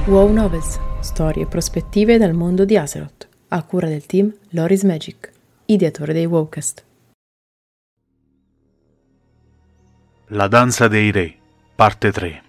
WoW Novels, storie e prospettive dal mondo di Azeroth, a cura del team Loris Magic, ideatore dei WoWcast. La danza dei re, parte 3.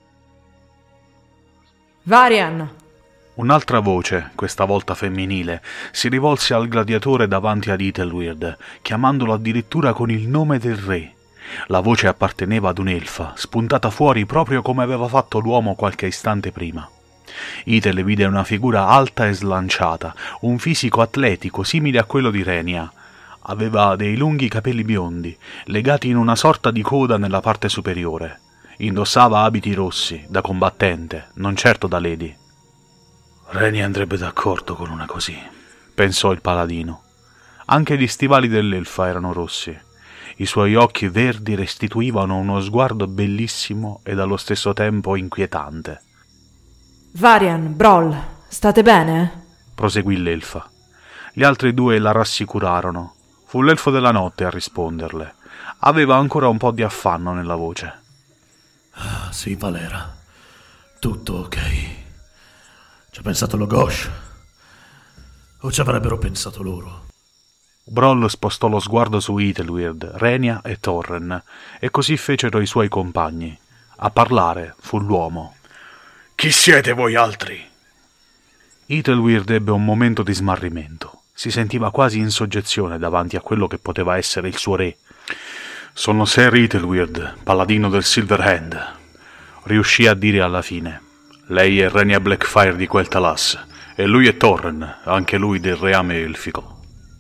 Varian! Un'altra voce, questa volta femminile, si rivolse al gladiatore davanti ad Ethelweird, chiamandolo addirittura con il nome del re. La voce apparteneva ad un'elfa, spuntata fuori proprio come aveva fatto l'uomo qualche istante prima. Ethel vide una figura alta e slanciata, un fisico atletico simile a quello di Renia. Aveva dei lunghi capelli biondi, legati in una sorta di coda nella parte superiore. Indossava abiti rossi, da combattente, non certo da lady. Renia andrebbe d'accordo con una così, pensò il paladino. Anche gli stivali dell'elfa erano rossi. I suoi occhi verdi restituivano uno sguardo bellissimo ed allo stesso tempo inquietante. Varian, Brawl, state bene? Proseguì l'elfa. Gli altri due la rassicurarono. Fu l'elfo della notte a risponderle. Aveva ancora un po' di affanno nella voce. Ah, sì, Valera. Tutto ok. Ci ha pensato Logosh? O ci avrebbero pensato loro? Brawl spostò lo sguardo su Ethelweird, Renia e Torren, e così fecero i suoi compagni. A parlare fu l'uomo. Chi siete voi altri? Ethelweird ebbe un momento di smarrimento. Si sentiva quasi in soggezione davanti a quello che poteva essere il suo re. Sono Ser Ethelweird, paladino del Silverhand. Riuscì a dire alla fine. Lei è Renia Blackfire di Quel'Thalas, e lui è Torren, anche lui del reame elfico.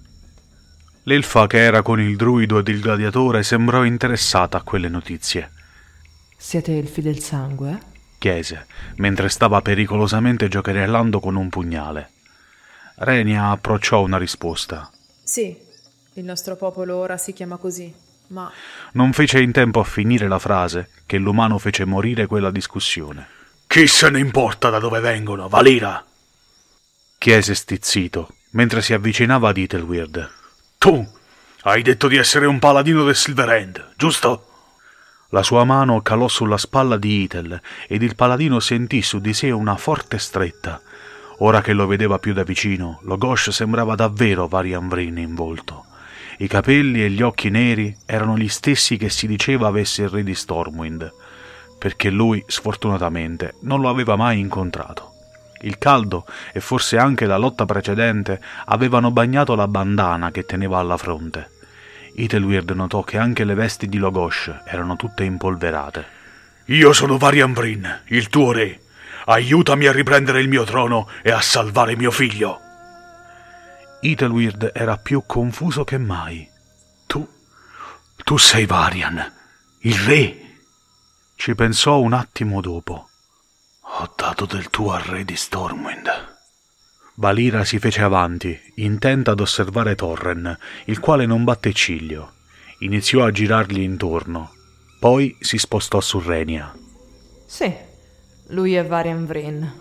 L'elfa che era con il druido ed il gladiatore sembrò interessata a quelle notizie. Siete elfi del sangue? Chiese, mentre stava pericolosamente giocherellando con un pugnale. Renia approcciò una risposta. Sì, il nostro popolo ora si chiama così, ma... Non fece in tempo a finire la frase che l'umano fece morire quella discussione. Chi se ne importa da dove vengono, Valira? Chiese stizzito, mentre si avvicinava ad Ethelweird. Tu hai detto di essere un paladino del Silverhand, giusto? La sua mano calò sulla spalla di Ethel ed il paladino sentì su di sé una forte stretta. Ora che lo vedeva più da vicino, Logosh sembrava davvero Varian Vryn in volto. I capelli e gli occhi neri erano gli stessi che si diceva avesse il re di Stormwind, perché lui, sfortunatamente, non lo aveva mai incontrato. Il caldo e forse anche la lotta precedente avevano bagnato la bandana che teneva alla fronte. Ethelweird notò che anche le vesti di Logosh erano tutte impolverate. Io sono Varian Vryn, il tuo re. Aiutami a riprendere il mio trono e a salvare mio figlio. Ethelweird era più confuso che mai. Tu sei Varian, il re. Ci pensò un attimo dopo. Ho dato del tuo al re di Stormwind. Valira si fece avanti, intenta ad osservare Torren, il quale non batte ciglio. Iniziò a girargli intorno. Poi si spostò su Renia. Sì, lui è Varian Vryn.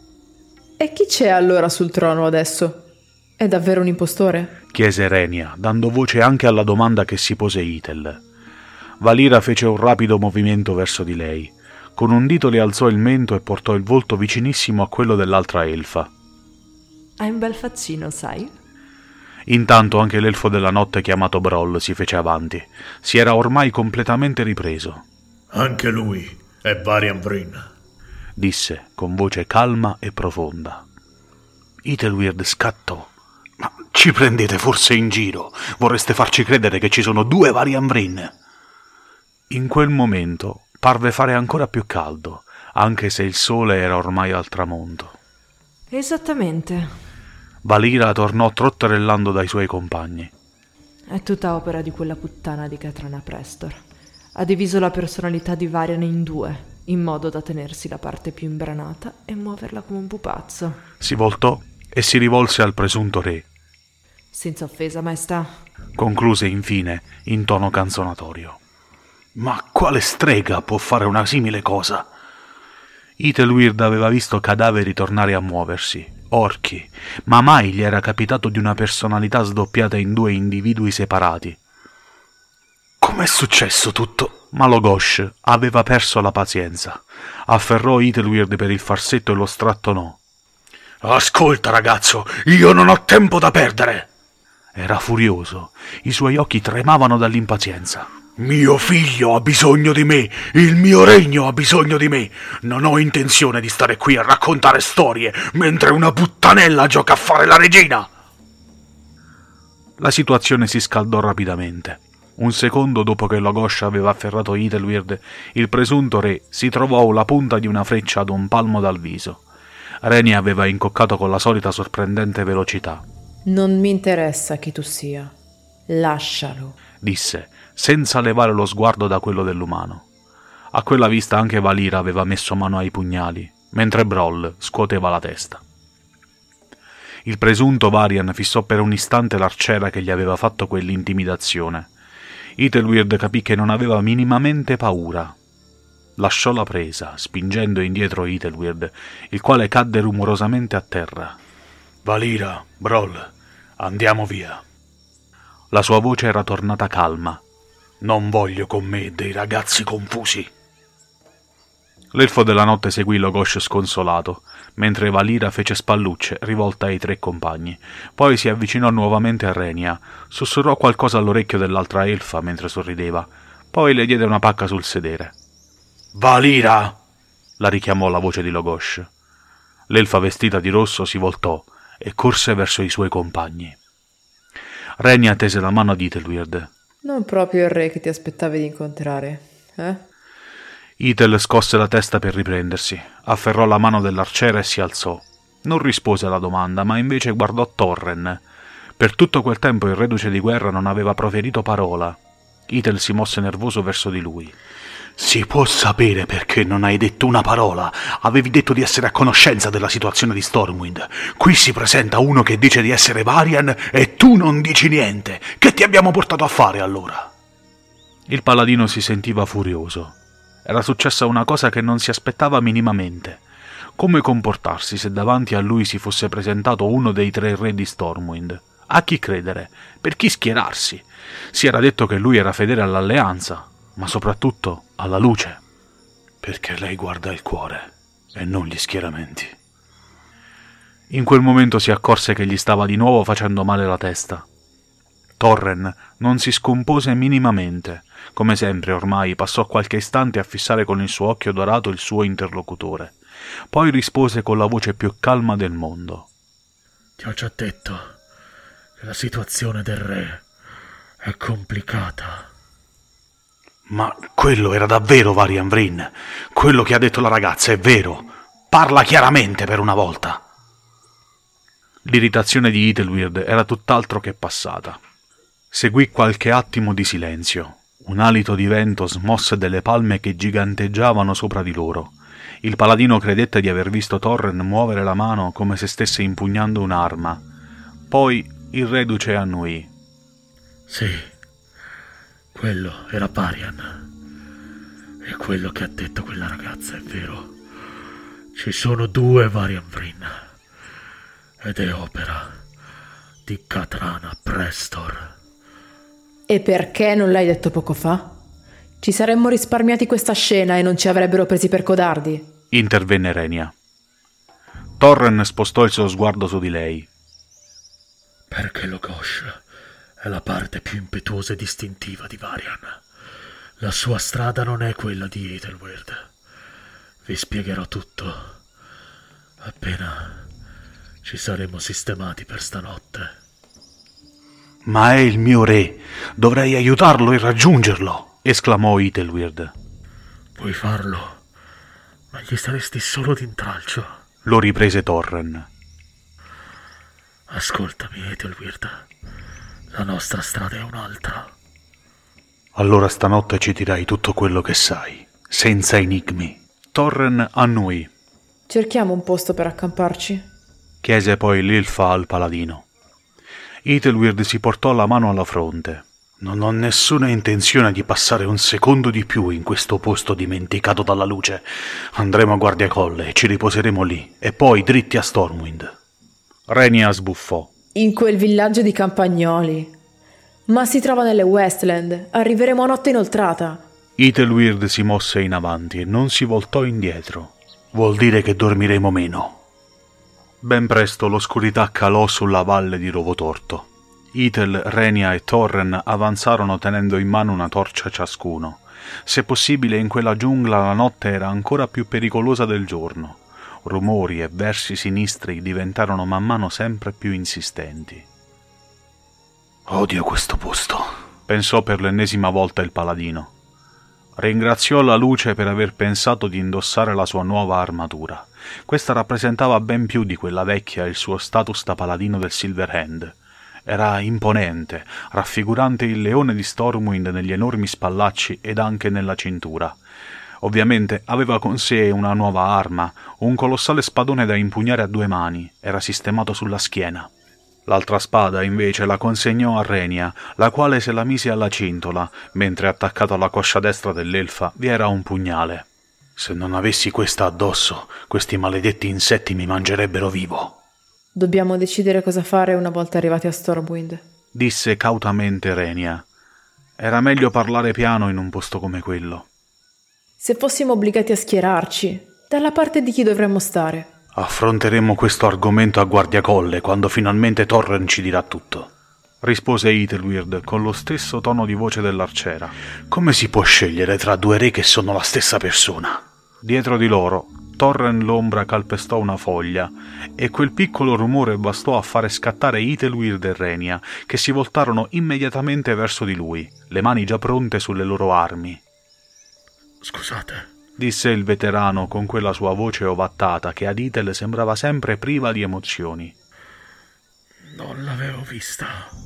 E chi c'è allora sul trono adesso? È davvero un impostore? Chiese Renia, dando voce anche alla domanda che si pose Ethel. Valira fece un rapido movimento verso di lei. Con un dito le alzò il mento e portò il volto vicinissimo a quello dell'altra elfa. Hai un bel faccino, sai? Intanto anche l'elfo della notte chiamato Brawl si fece avanti. Si era ormai completamente ripreso. Anche lui è Varian Vryn, disse con voce calma e profonda. Ethelweird scattò. Ma ci prendete forse in giro? Vorreste farci credere che ci sono due Varian Vryn? In quel momento parve fare ancora più caldo, anche se il sole era ormai al tramonto. Esattamente. Valira tornò trotterellando dai suoi compagni. È tutta opera di quella puttana di Katrana Prestor. Ha diviso la personalità di Varian in due, in modo da tenersi la parte più imbranata e muoverla come un pupazzo. Si voltò e si rivolse al presunto re. Senza offesa, maestà, concluse infine in tono canzonatorio. Ma quale strega può fare una simile cosa? Ethelweird aveva visto cadaveri tornare a muoversi, orchi, ma mai gli era capitato di una personalità sdoppiata in due individui separati. Com'è successo tutto? Ma Logosh aveva perso la pazienza. Afferrò Ethelweird per il farsetto e lo strattonò. Ascolta, ragazzo, io non ho tempo da perdere. Era furioso, i suoi occhi tremavano dall'impazienza. Mio figlio ha bisogno di me, il mio regno ha bisogno di me. Non ho intenzione di stare qui a raccontare storie mentre una puttanella gioca a fare la regina. La situazione si scaldò rapidamente. Un secondo dopo che Logosh aveva afferrato Ethelweird, il presunto re si trovò la punta di una freccia ad un palmo dal viso. Renia aveva incoccato con la solita sorprendente velocità. Non mi interessa chi tu sia. Lascialo, disse, senza levare lo sguardo da quello dell'umano. A quella vista anche Valira aveva messo mano ai pugnali, mentre Broll scuoteva la testa. Il presunto Varian fissò per un istante l'arciera che gli aveva fatto quell'intimidazione. Ethelweird capì che non aveva minimamente paura. Lasciò la presa, spingendo indietro Ethelweird, il quale cadde rumorosamente a terra. Valira, Broll, andiamo via. La sua voce era tornata calma. Non voglio con me dei ragazzi confusi. L'elfo della notte seguì Logosh sconsolato, mentre Valira fece spallucce rivolta ai tre compagni. Poi si avvicinò nuovamente a Renia, sussurrò qualcosa all'orecchio dell'altra elfa mentre sorrideva, poi le diede una pacca sul sedere. Valira! La richiamò la voce di Logosh. L'elfa vestita di rosso si voltò e corse verso i suoi compagni. Renia tese la mano ad Ethelweird. Non proprio il re che ti aspettavi di incontrare, eh? Ethel scosse la testa per riprendersi, afferrò la mano dell'arciera e si alzò. Non rispose alla domanda, ma invece guardò Torren. Per tutto quel tempo il reduce di guerra non aveva proferito parola. Ethel si mosse nervoso verso di lui. Si può sapere perché non hai detto una parola? Avevi detto di essere a conoscenza della situazione di Stormwind. Qui si presenta uno che dice di essere Varian e tu non dici niente. Che ti abbiamo portato a fare allora? Il paladino si sentiva furioso. Era successa una cosa che non si aspettava minimamente. Come comportarsi se davanti a lui si fosse presentato uno dei tre re di Stormwind? A chi credere? Per chi schierarsi? Si era detto che lui era fedele all'alleanza, ma soprattutto alla luce. Perché lei guarda il cuore e non gli schieramenti. In quel momento si accorse che gli stava di nuovo facendo male la testa. Torren non si scompose minimamente. Come sempre ormai passò qualche istante a fissare con il suo occhio dorato il suo interlocutore. Poi rispose con la voce più calma del mondo. Ti ho già detto che la situazione del re è complicata. Ma quello era davvero Varian Vryn. Quello che ha detto la ragazza è vero. Parla chiaramente per una volta. L'irritazione di Ethelweird era tutt'altro che passata. Seguì qualche attimo di silenzio. Un alito di vento smosse delle palme che giganteggiavano sopra di loro. Il paladino credette di aver visto Torren muovere la mano come se stesse impugnando un'arma. Poi il reduce annuì. Sì, quello era Varian. E quello che ha detto quella ragazza è vero. Ci sono due Varian Vryn. Ed è opera di Katrana Prestor. E perché non l'hai detto poco fa? Ci saremmo risparmiati questa scena e non ci avrebbero presi per codardi. Intervenne Renia. Torren spostò il suo sguardo su di lei. Perché Logosh è la parte più impetuosa e distintiva di Varian. La sua strada non è quella di Ethelweird. Vi spiegherò tutto appena ci saremo sistemati per stanotte. Ma è il mio re. Dovrei aiutarlo e raggiungerlo, esclamò Ethelweird. Puoi farlo, ma gli saresti solo d'intralcio. Lo riprese Torren. Ascoltami, Ethelweird. La nostra strada è un'altra. Allora stanotte ci dirai tutto quello che sai, senza enigmi. Torren annuì. Cerchiamo un posto per accamparci? Chiese poi l'elfa al paladino. Ethelweird si portò la mano alla fronte. Non ho nessuna intenzione di passare un secondo di più in questo posto dimenticato dalla luce. Andremo a Guardiacolle e ci riposeremo lì, e poi dritti a Stormwind. Renia sbuffò. In quel villaggio di campagnoli. Ma si trova nelle Westland. Arriveremo a notte inoltrata. Ethelweard si mosse in avanti e non si voltò indietro. Vuol dire che dormiremo meno. Ben presto l'oscurità calò sulla valle di Rovotorto. Ethel, Renia e Torren avanzarono tenendo in mano una torcia ciascuno. Se possibile, in quella giungla la notte era ancora più pericolosa del giorno. Rumori e versi sinistri diventarono man mano sempre più insistenti. Odio questo posto, pensò per l'ennesima volta il paladino. Ringraziò la luce per aver pensato di indossare la sua nuova armatura. Questa rappresentava ben più di quella vecchia il suo status da paladino del Silverhand. Era imponente, raffigurante il leone di Stormwind negli enormi spallacci ed anche nella cintura. Ovviamente aveva con sé una nuova arma, un colossale spadone da impugnare a 2 mani, era sistemato sulla schiena. L'altra spada, invece, la consegnò a Renia, la quale se la mise alla cintola, mentre attaccato alla coscia destra dell'elfa vi era un pugnale. Se non avessi questa addosso, questi maledetti insetti mi mangerebbero vivo. Dobbiamo decidere cosa fare una volta arrivati a Stormwind, disse cautamente Renia. Era meglio parlare piano in un posto come quello. Se fossimo obbligati a schierarci, dalla parte di chi dovremmo stare? Affronteremo questo argomento a guardiacolle quando finalmente Torren ci dirà tutto, rispose Ethelweard con lo stesso tono di voce dell'arciera. Come si può scegliere tra 2 re che sono la stessa persona? Dietro di loro, Torren l'ombra calpestò una foglia e quel piccolo rumore bastò a fare scattare Ethelweard e Renia, che si voltarono immediatamente verso di lui, le mani già pronte sulle loro armi. Scusate, disse il veterano con quella sua voce ovattata che ad Ethel sembrava sempre priva di emozioni. non l'avevo vista.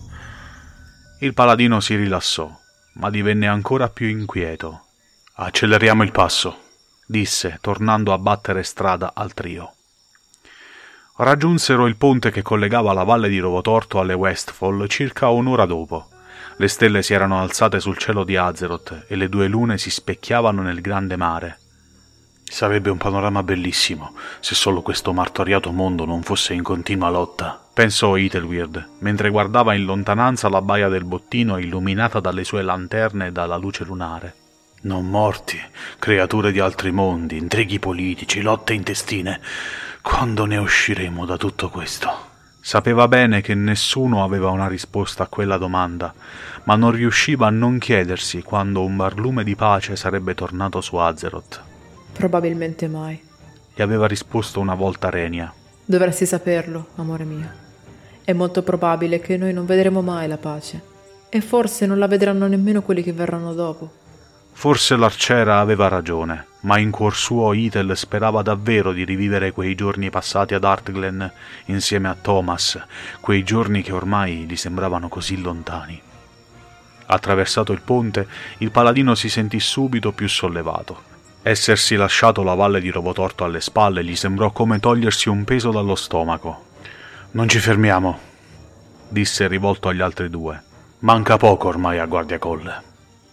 Il paladino si rilassò, ma divenne ancora più inquieto. Acceleriamo il passo, disse, tornando a battere strada al trio. Raggiunsero il ponte che collegava la valle di Rovotorto alle Westfall circa un'ora dopo. Le stelle si erano alzate sul cielo di Azeroth e le 2 lune si specchiavano nel grande mare. Sarebbe un panorama bellissimo se solo questo martoriato mondo non fosse in continua lotta, pensò Ethelweard, mentre guardava in lontananza la baia del bottino illuminata dalle sue lanterne e dalla luce lunare. Non morti, creature di altri mondi, intrighi politici, lotte intestine. Quando ne usciremo da tutto questo? Sapeva bene che nessuno aveva una risposta a quella domanda, ma non riusciva a non chiedersi quando un barlume di pace sarebbe tornato su Azeroth. Probabilmente mai, gli aveva risposto una volta Renia. Dovresti saperlo, amore mio. È molto probabile che noi non vedremo mai la pace, e forse non la vedranno nemmeno quelli che verranno dopo. Forse l'arciera aveva ragione, ma in cuor suo Ethel sperava davvero di rivivere quei giorni passati ad Ardglen insieme a Thomas, quei giorni che ormai gli sembravano così lontani. Attraversato il ponte, il paladino si sentì subito più sollevato. Essersi lasciato la valle di Rovotorto alle spalle gli sembrò come togliersi un peso dallo stomaco. Non ci fermiamo, disse rivolto agli altri 2. Manca poco ormai a guardiacolle.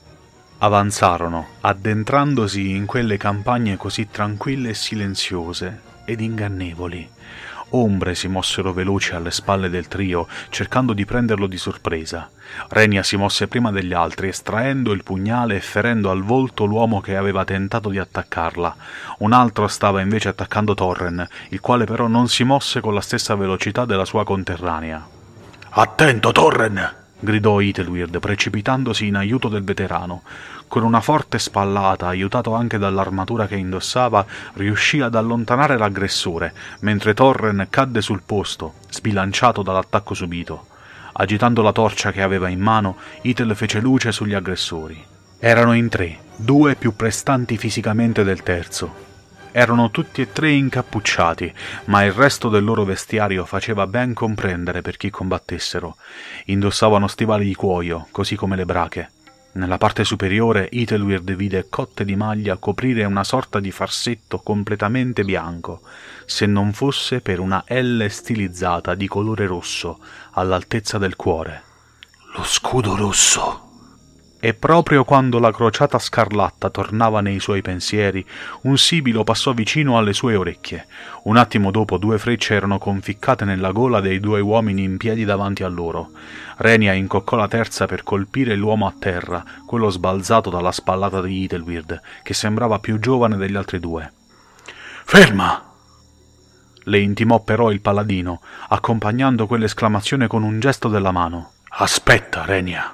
Avanzarono, addentrandosi in quelle campagne così tranquille e silenziose ed ingannevoli. Ombre si mossero veloci alle spalle del trio, cercando di prenderlo di sorpresa. Renia si mosse prima degli altri, estraendo il pugnale e ferendo al volto l'uomo che aveva tentato di attaccarla. Un altro stava invece attaccando Torren, il quale però non si mosse con la stessa velocità della sua conterranea. «Attento, Torren!» gridò Ethelweard, precipitandosi in aiuto del veterano. Con una forte spallata, aiutato anche dall'armatura che indossava, riuscì ad allontanare l'aggressore, mentre Torren cadde sul posto, sbilanciato dall'attacco subito. Agitando la torcia che aveva in mano, Ethel fece luce sugli aggressori. Erano in 3, 2 più prestanti fisicamente del terzo. Erano tutti e 3 incappucciati, ma il resto del loro vestiario faceva ben comprendere per chi combattessero. Indossavano stivali di cuoio, così come le brache. Nella parte superiore Ethelweard vide cotte di maglia coprire una sorta di farsetto completamente bianco, se non fosse per una L stilizzata di colore rosso, all'altezza del cuore. «Lo scudo rosso!» E proprio quando la crociata scarlatta tornava nei suoi pensieri, un sibilo passò vicino alle sue orecchie. Un attimo dopo 2 frecce erano conficcate nella gola dei 2 uomini in piedi davanti a loro. Renia incoccò la terza per colpire l'uomo a terra, quello sbalzato dalla spallata di Ethelweird, che sembrava più giovane degli altri 2. Ferma! Le intimò però il paladino, accompagnando quell'esclamazione con un gesto della mano. Aspetta, Renia!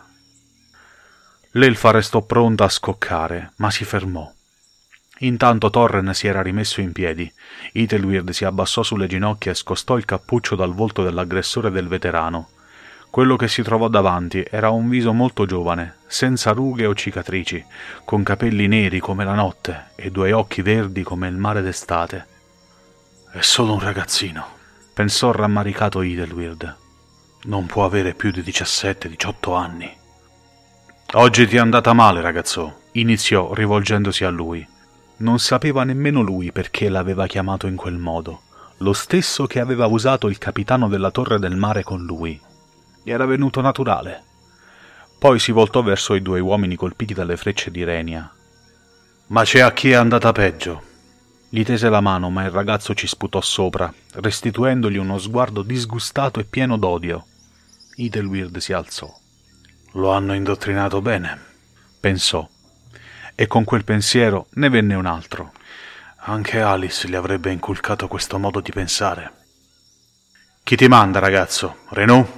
L'elfa restò pronta a scoccare, ma si fermò. Intanto Torren si era rimesso in piedi. Ethelweird si abbassò sulle ginocchia e scostò il cappuccio dal volto dell'aggressore del veterano. Quello che si trovò davanti era un viso molto giovane, senza rughe o cicatrici, con capelli neri come la notte e 2 occhi verdi come il mare d'estate. È solo un ragazzino, pensò rammaricato Ethelweird. Non può avere più di 17-18 anni. Oggi ti è andata male, ragazzo, iniziò rivolgendosi a lui. Non sapeva nemmeno lui perché l'aveva chiamato in quel modo, lo stesso che aveva usato il capitano della Torre del Mare con lui. Gli era venuto naturale. Poi si voltò verso i 2 uomini colpiti dalle frecce di Renia. Ma c'è a chi è andata peggio. Gli tese la mano, ma il ragazzo ci sputò sopra, restituendogli uno sguardo disgustato e pieno d'odio. Ethelweird si alzò. Lo hanno indottrinato bene, pensò, e con quel pensiero ne venne un altro. Anche Alice gli avrebbe inculcato questo modo di pensare. Chi ti manda, ragazzo? Renaud?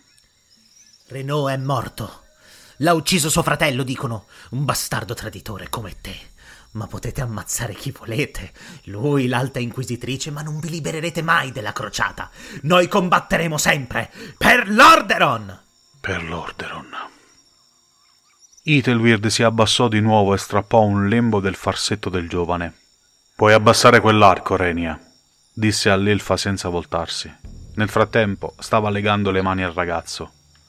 Renaud è morto. L'ha ucciso suo fratello, dicono. Un bastardo traditore come te. Ma potete ammazzare chi volete. Lui, l'Alta Inquisitrice, ma non vi libererete mai della crociata. Noi combatteremo sempre. Per Lordaeron! Per Lordaeron. Ethelweird si abbassò di nuovo e strappò un lembo del farsetto del giovane. Puoi abbassare quell'arco, Renia, disse all'elfa senza voltarsi. Nel frattempo stava legando le mani al ragazzo.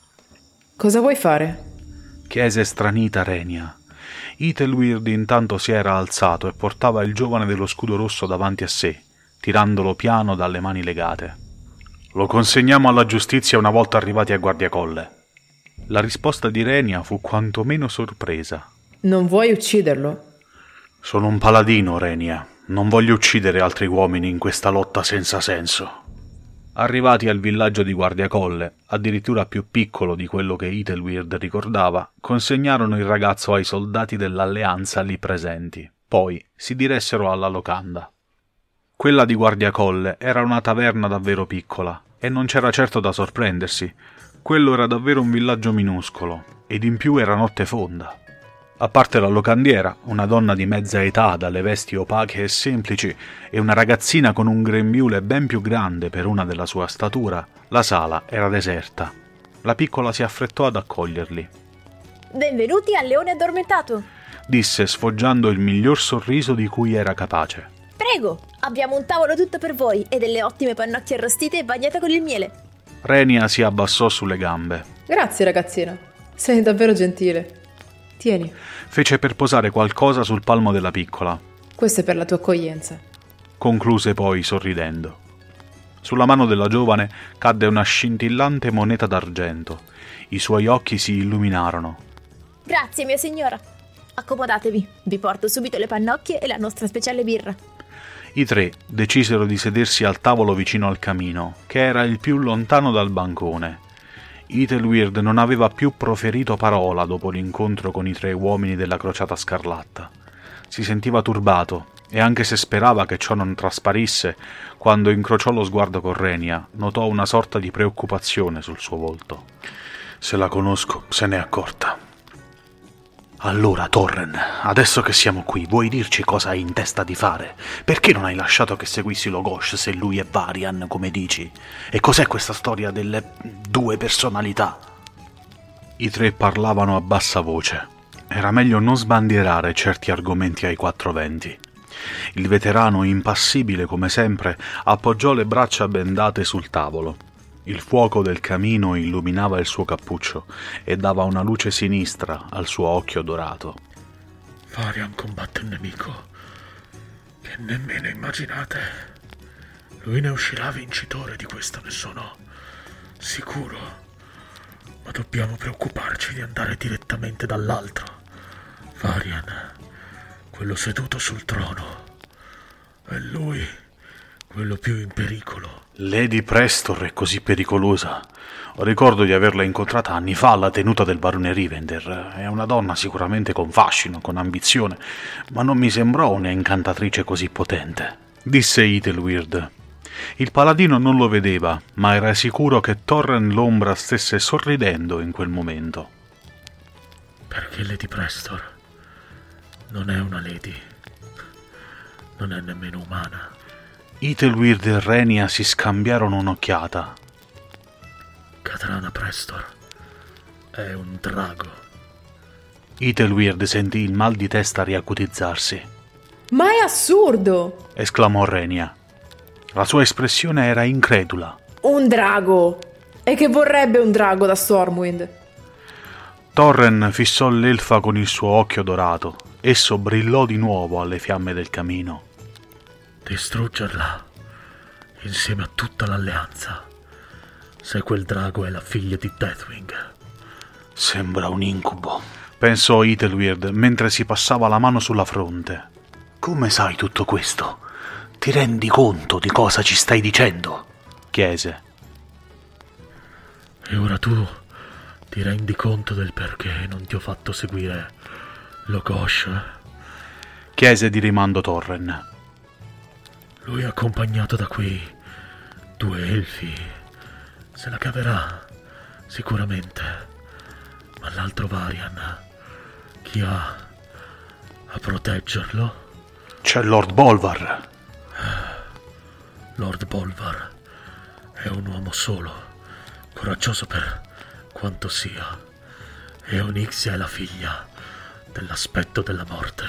Cosa vuoi fare? Chiese stranita Renia. Ethelweird intanto si era alzato e portava il giovane dello scudo rosso davanti a sé, tirandolo piano dalle mani legate. Lo consegniamo alla giustizia una volta arrivati a Guardiacolle. La risposta di Renia fu quantomeno sorpresa. Non vuoi ucciderlo? Sono un paladino, Renia. Non voglio uccidere altri uomini in questa lotta senza senso. Arrivati al villaggio di Guardiacolle, addirittura più piccolo di quello che Ethelweird ricordava, consegnarono il ragazzo ai soldati dell'alleanza lì presenti. Poi si diressero alla locanda. Quella di Guardiacolle era una taverna davvero piccola, e non c'era certo da sorprendersi. Quello era davvero un villaggio minuscolo, ed in più era notte fonda. A parte la locandiera, una donna di mezza età dalle vesti opache e semplici, e una ragazzina con un grembiule ben più grande per una della sua statura, la sala era deserta. La piccola si affrettò ad accoglierli. Benvenuti al Leone Addormentato, disse sfoggiando il miglior sorriso di cui era capace. Prego, abbiamo un tavolo tutto per voi e delle ottime pannocchie arrostite e bagnate con il miele. Renia si abbassò sulle gambe. Grazie, ragazzina. Sei davvero gentile. Tieni. Fece per posare qualcosa sul palmo della piccola. Questo è per la tua accoglienza. Concluse poi sorridendo. Sulla mano della giovane cadde una scintillante moneta d'argento. I suoi occhi si illuminarono. Grazie, mia signora. Accomodatevi, vi porto subito le pannocchie e la nostra speciale birra. I 3 decisero di sedersi al tavolo vicino al camino, che era il più lontano dal bancone. Ethelweird non aveva più proferito parola dopo l'incontro con i 3 uomini della Crociata Scarlatta. Si sentiva turbato, e anche se sperava che ciò non trasparisse, quando incrociò lo sguardo con Renia, notò una sorta di preoccupazione sul suo volto. Se la conosco, se n'è accorta. Allora, Torren, adesso che siamo qui, vuoi dirci cosa hai in testa di fare? Perché non hai lasciato che seguissi Logosh se lui è Varian, come dici? E cos'è questa storia delle 2 personalità? I 3 parlavano a bassa voce. Era meglio non sbandierare certi argomenti ai 4 venti. Il veterano, impassibile come sempre, appoggiò le braccia bendate sul tavolo. Il fuoco del camino illuminava il suo cappuccio e dava una luce sinistra al suo occhio dorato. Varian combatte un nemico che nemmeno immaginate. Lui ne uscirà vincitore, di questo ne sono sicuro. Ma dobbiamo preoccuparci di andare direttamente dall'altro. Varian, quello seduto sul trono. È lui, quello più in pericolo. Lady Prestor è così pericolosa? Ricordo di averla incontrata anni fa alla tenuta del barone Rivender. È una donna sicuramente con fascino, con ambizione, ma non mi sembrò un'incantatrice così potente, disse Ethelweird. Il paladino non lo vedeva, ma era sicuro che Torren l'ombra stesse sorridendo in quel momento. Perché Lady Prestor non è una lady, non è nemmeno umana. Ethelweird e Renia si scambiarono un'occhiata. Catrana Prestor è un drago. Ethelweird sentì il mal di testa riacutizzarsi. Ma è assurdo! Esclamò Renia. La sua espressione era incredula. Un drago! E che vorrebbe un drago da Stormwind? Torren fissò l'elfa con il suo occhio dorato. Esso brillò di nuovo alle fiamme del camino. Distruggerla insieme a tutta l'alleanza, se quel drago è la figlia di Deathwing. Sembra un incubo, pensò Ethelweird mentre si passava la mano sulla fronte. Come sai tutto questo? Ti rendi conto di cosa ci stai dicendo? Chiese. E ora tu ti rendi conto del perché non ti ho fatto seguire Logosh? Chiese di rimando Torren. Lui è accompagnato da quei 2 elfi. Se la caverà, sicuramente. Ma l'altro Varian, chi ha a proteggerlo? C'è Lord Bolvar. Lord Bolvar è un uomo solo, coraggioso per quanto sia. E Onyxia è la figlia dell'aspetto della morte.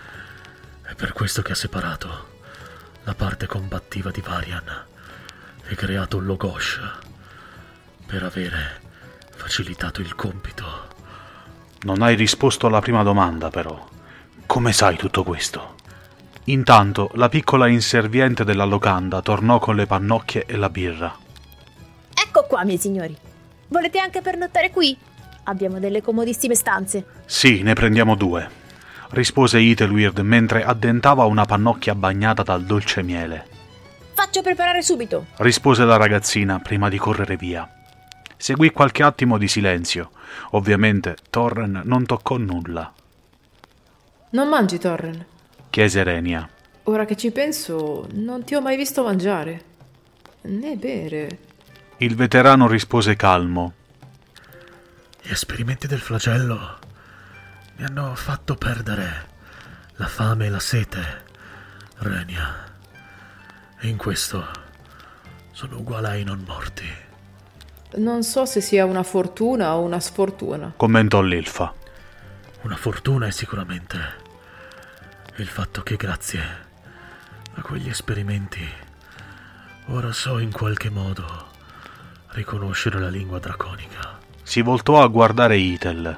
È per questo che ha separato la parte combattiva di Varian e creato un Logosh per avere facilitato il compito. Non hai risposto alla prima domanda, però. Come sai tutto questo? Intanto la piccola inserviente della locanda tornò con le pannocchie e la birra. Ecco qua, miei signori. Volete anche pernottare qui? Abbiamo delle comodissime stanze. Sì, ne prendiamo 2, rispose Ethelweird mentre addentava una pannocchia bagnata dal dolce miele. Faccio preparare subito. Rispose la ragazzina prima di correre via. Seguì qualche attimo di silenzio. Ovviamente Torren non toccò nulla. Non mangi, Torren? Chiese Renia. Ora che ci penso, non ti ho mai visto mangiare, né bere. Il veterano rispose calmo. Gli esperimenti del flagello mi hanno fatto perdere la fame e la sete, Renia. E in questo sono uguale ai non morti. Non so se sia una fortuna o una sfortuna, commentò l'elfa. Una fortuna è sicuramente il fatto che grazie a quegli esperimenti ora so in qualche modo riconoscere la lingua draconica. Si voltò a guardare Ethel.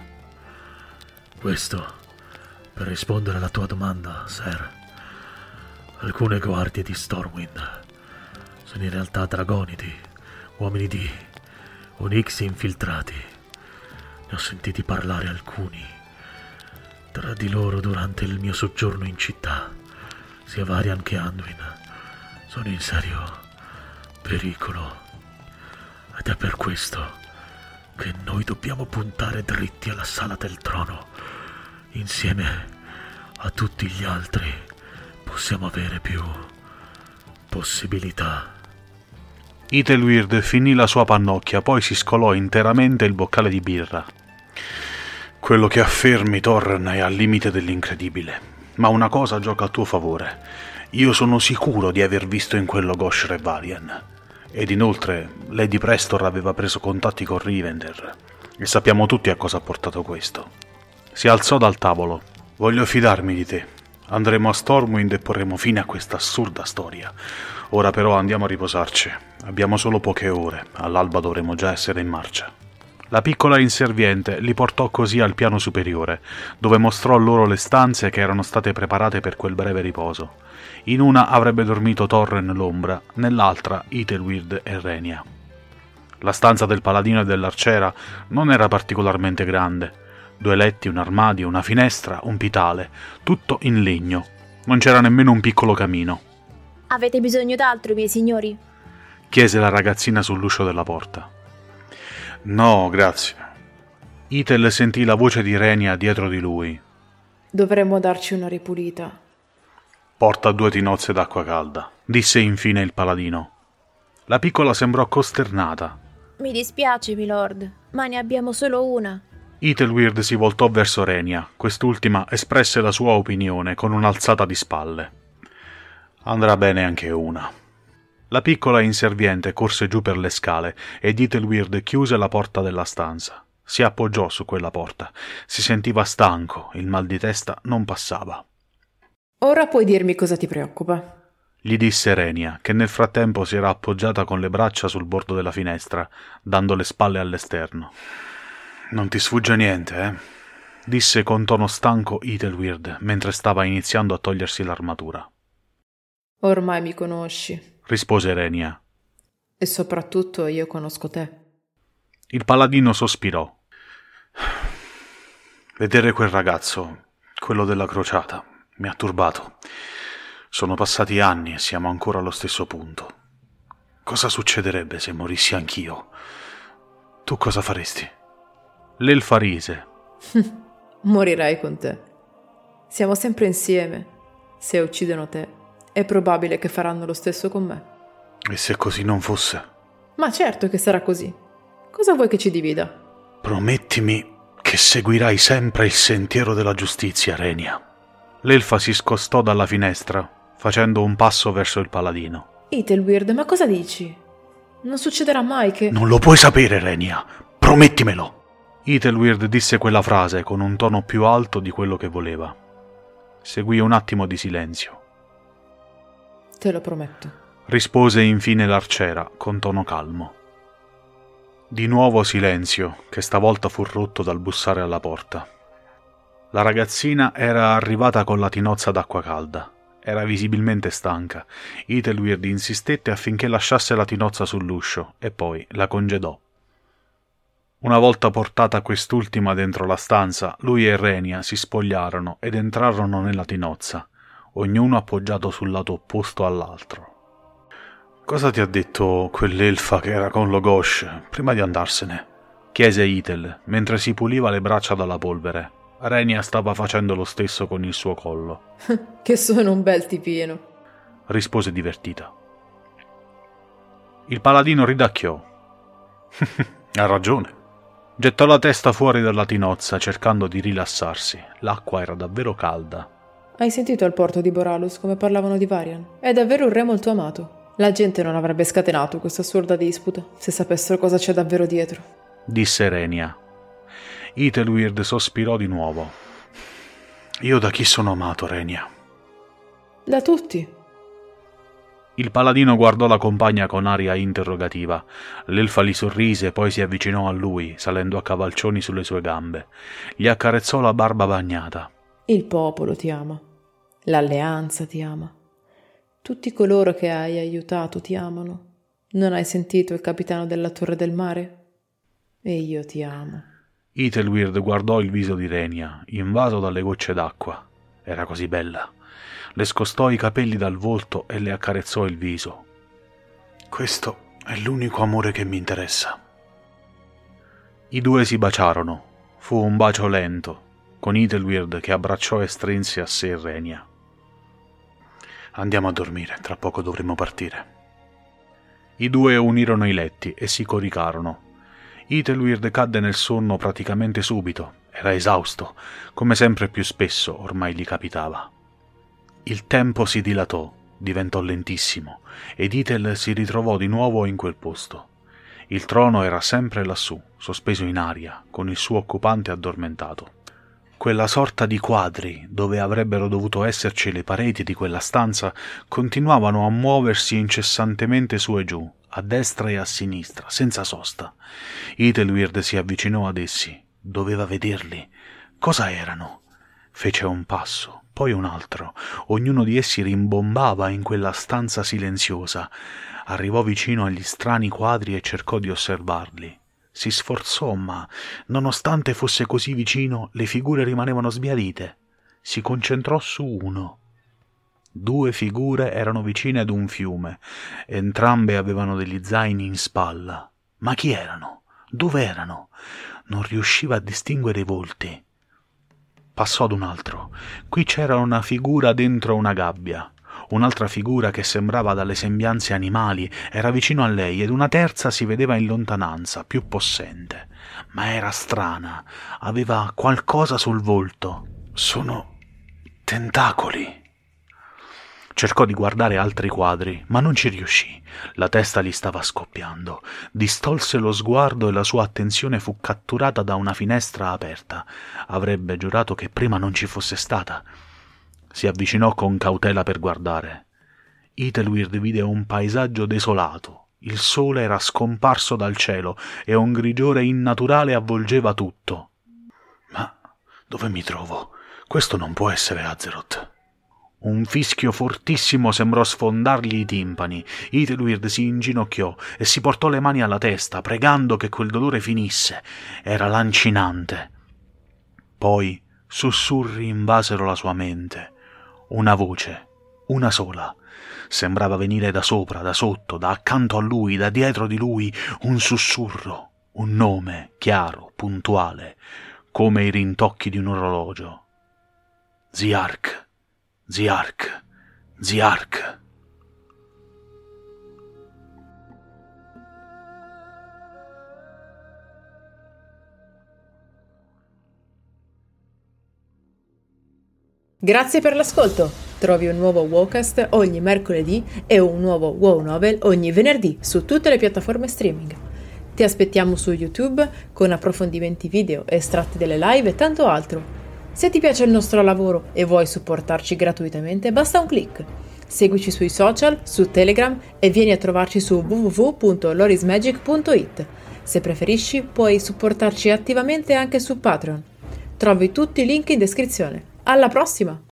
Questo per rispondere alla tua domanda, Sir. Alcune guardie di Stormwind sono in realtà dragonidi, uomini di Onyxia infiltrati. Ne ho sentiti parlare alcuni tra di loro durante il mio soggiorno in città. Sia Varian che Anduin sono in serio pericolo. Ed è per questo che noi dobbiamo puntare dritti alla sala del trono. Insieme a tutti gli altri possiamo avere più possibilità. Ethelweird finì la sua pannocchia, poi si scolò interamente il boccale di birra. Quello che affermi, Torren, è al limite dell'incredibile. Ma una cosa gioca a tuo favore. Io sono sicuro di aver visto in quello Gosh Re Varian. Ed inoltre Lady Prestor aveva preso contatti con Rivender. E sappiamo tutti a cosa ha portato questo. Si alzò dal tavolo. Voglio fidarmi di te. Andremo a Stormwind e porremo fine a questa assurda storia. Ora però andiamo a riposarci. Abbiamo solo poche ore. All'alba dovremo già essere in marcia. La piccola inserviente li portò così al piano superiore, dove mostrò loro le stanze che erano state preparate per quel breve riposo. In una avrebbe dormito Torren l'ombra, nell'altra Ethelweird e Renia. La stanza del paladino e dell'arciera non era particolarmente grande. 2 letti, un armadio, una finestra, un pitale, tutto in legno. Non c'era nemmeno un piccolo camino. Avete bisogno d'altro, miei signori? Chiese la ragazzina sull'uscio della porta. No, grazie. Ethel sentì la voce di Renia dietro di lui. Dovremmo darci una ripulita. Porta 2 tinozze d'acqua calda, disse infine il paladino. La piccola sembrò costernata. Mi dispiace, milord, ma ne abbiamo solo una. Ethelweird si voltò verso Renia. Quest'ultima espresse la sua opinione con un'alzata di spalle. Andrà bene anche una. La piccola inserviente corse giù per le scale ed Ethelweird chiuse la porta della stanza. Si appoggiò su quella porta. Si sentiva stanco, il mal di testa non passava. Ora puoi dirmi cosa ti preoccupa? Gli disse Renia, che nel frattempo si era appoggiata con le braccia sul bordo della finestra, dando le spalle all'esterno. Non ti sfugge niente, eh? Disse con tono stanco Ethelweird, mentre stava iniziando a togliersi l'armatura. Ormai mi conosci, rispose Renia. e soprattutto io conosco te. Il paladino sospirò. Vedere quel ragazzo, quello della crociata, mi ha turbato. Sono passati anni e siamo ancora allo stesso punto. Cosa succederebbe se morissi anch'io? Tu cosa faresti? L'elfa rise. Morirai con te. Siamo sempre insieme. Se uccidono te, è probabile che faranno lo stesso con me. E se così non fosse? Ma certo che sarà così. Cosa vuoi che ci divida? Promettimi che seguirai sempre il sentiero della giustizia, Renia. L'elfa si scostò dalla finestra, facendo un passo verso il paladino. Ethelweird, ma cosa dici? Non succederà mai che... Non lo puoi sapere, Renia. Promettimelo. Ethelweird disse quella frase con un tono più alto di quello che voleva. Seguì un attimo di silenzio. Te lo prometto. Rispose infine l'arciera con tono calmo. Di nuovo silenzio, che stavolta fu rotto dal bussare alla porta. La ragazzina era arrivata con la tinozza d'acqua calda. Era visibilmente stanca. Ethelweird insistette affinché lasciasse la tinozza sull'uscio e poi la congedò. Una volta portata quest'ultima dentro la stanza, lui e Renia si spogliarono ed entrarono nella tinozza, ognuno appoggiato sul lato opposto all'altro. «Cosa ti ha detto quell'elfa che era con Logosh prima di andarsene?» chiese Ethel, mentre si puliva le braccia dalla polvere. Renia stava facendo lo stesso con il suo collo. Che sono un bel tipino, rispose divertita. Il paladino ridacchiò. Ha ragione. Gettò la testa fuori dalla tinozza cercando di rilassarsi. L'acqua era davvero calda. Hai sentito al porto di Boralus come parlavano di Varian? È davvero un re molto amato. La gente non avrebbe scatenato questa assurda disputa se sapessero cosa c'è davvero dietro, disse Renia. Ethelweird sospirò di nuovo. Io da chi sono amato, Renia? Da tutti. Il paladino guardò la compagna con aria interrogativa. L'elfa gli sorrise, poi si avvicinò a lui, salendo a cavalcioni sulle sue gambe. Gli accarezzò la barba bagnata. Il popolo ti ama. L'alleanza ti ama. Tutti coloro che hai aiutato ti amano. Non hai sentito il capitano della Torre del Mare? E io ti amo. Ethelweird guardò il viso di Renia, invaso dalle gocce d'acqua. Era così bella. Le scostò i capelli dal volto e le accarezzò il viso. Questo è l'unico amore che mi interessa. I due si baciarono. Fu un bacio lento, con Ethelweird che abbracciò e strinse a sé Renia. Andiamo a dormire, tra poco dovremo partire. I due unirono i letti e si coricarono. Ethelweird cadde nel sonno praticamente subito. Era esausto, come sempre più spesso ormai gli capitava. Il tempo si dilatò, diventò lentissimo, ed Ethel si ritrovò di nuovo in quel posto. Il trono era sempre lassù, sospeso in aria, con il suo occupante addormentato. Quella sorta di quadri, dove avrebbero dovuto esserci le pareti di quella stanza, continuavano a muoversi incessantemente su e giù, a destra e a sinistra, senza sosta. Ethelweird si avvicinò ad essi. Doveva vederli. Cosa erano? Fece un passo, poi un altro. Ognuno di essi rimbombava in quella stanza silenziosa. Arrivò vicino agli strani quadri e cercò di osservarli. Si sforzò, ma, nonostante fosse così vicino, le figure rimanevano sbiadite. Si concentrò su uno. 2 figure erano vicine ad un fiume. Entrambe avevano degli zaini in spalla. Ma chi erano? Dove erano? Non riusciva a distinguere i volti. Passò ad un altro. Qui c'era una figura dentro una gabbia. Un'altra figura che sembrava dalle sembianze animali era vicino a lei ed una terza si vedeva in lontananza, più possente. Ma era strana. Aveva qualcosa sul volto. Sono tentacoli. Cercò di guardare altri quadri, ma non ci riuscì. La testa gli stava scoppiando. Distolse lo sguardo e la sua attenzione fu catturata da una finestra aperta. Avrebbe giurato che prima non ci fosse stata. Si avvicinò con cautela per guardare. Ethelweird vide un paesaggio desolato. Il sole era scomparso dal cielo e un grigiore innaturale avvolgeva tutto. Ma dove mi trovo? Questo non può essere Azeroth. Un fischio fortissimo sembrò sfondargli i timpani. Ethelweird si inginocchiò e si portò le mani alla testa, pregando che quel dolore finisse. Era lancinante. Poi sussurri invasero la sua mente. Una voce, una sola. Sembrava venire da sopra, da sotto, da accanto a lui, da dietro di lui, un sussurro, un nome chiaro, puntuale, come i rintocchi di un orologio. Ziark. Ziark, Ziark. Grazie per l'ascolto! Trovi un nuovo WoWcast ogni mercoledì e un nuovo WoW Novel ogni venerdì su tutte le piattaforme streaming. Ti aspettiamo su YouTube con approfondimenti video, estratti delle live e tanto altro. Se ti piace il nostro lavoro e vuoi supportarci gratuitamente, basta un click. Seguici sui social, su Telegram e vieni a trovarci su www.lorismagic.it. Se preferisci, puoi supportarci attivamente anche su Patreon. Trovi tutti i link in descrizione. Alla prossima!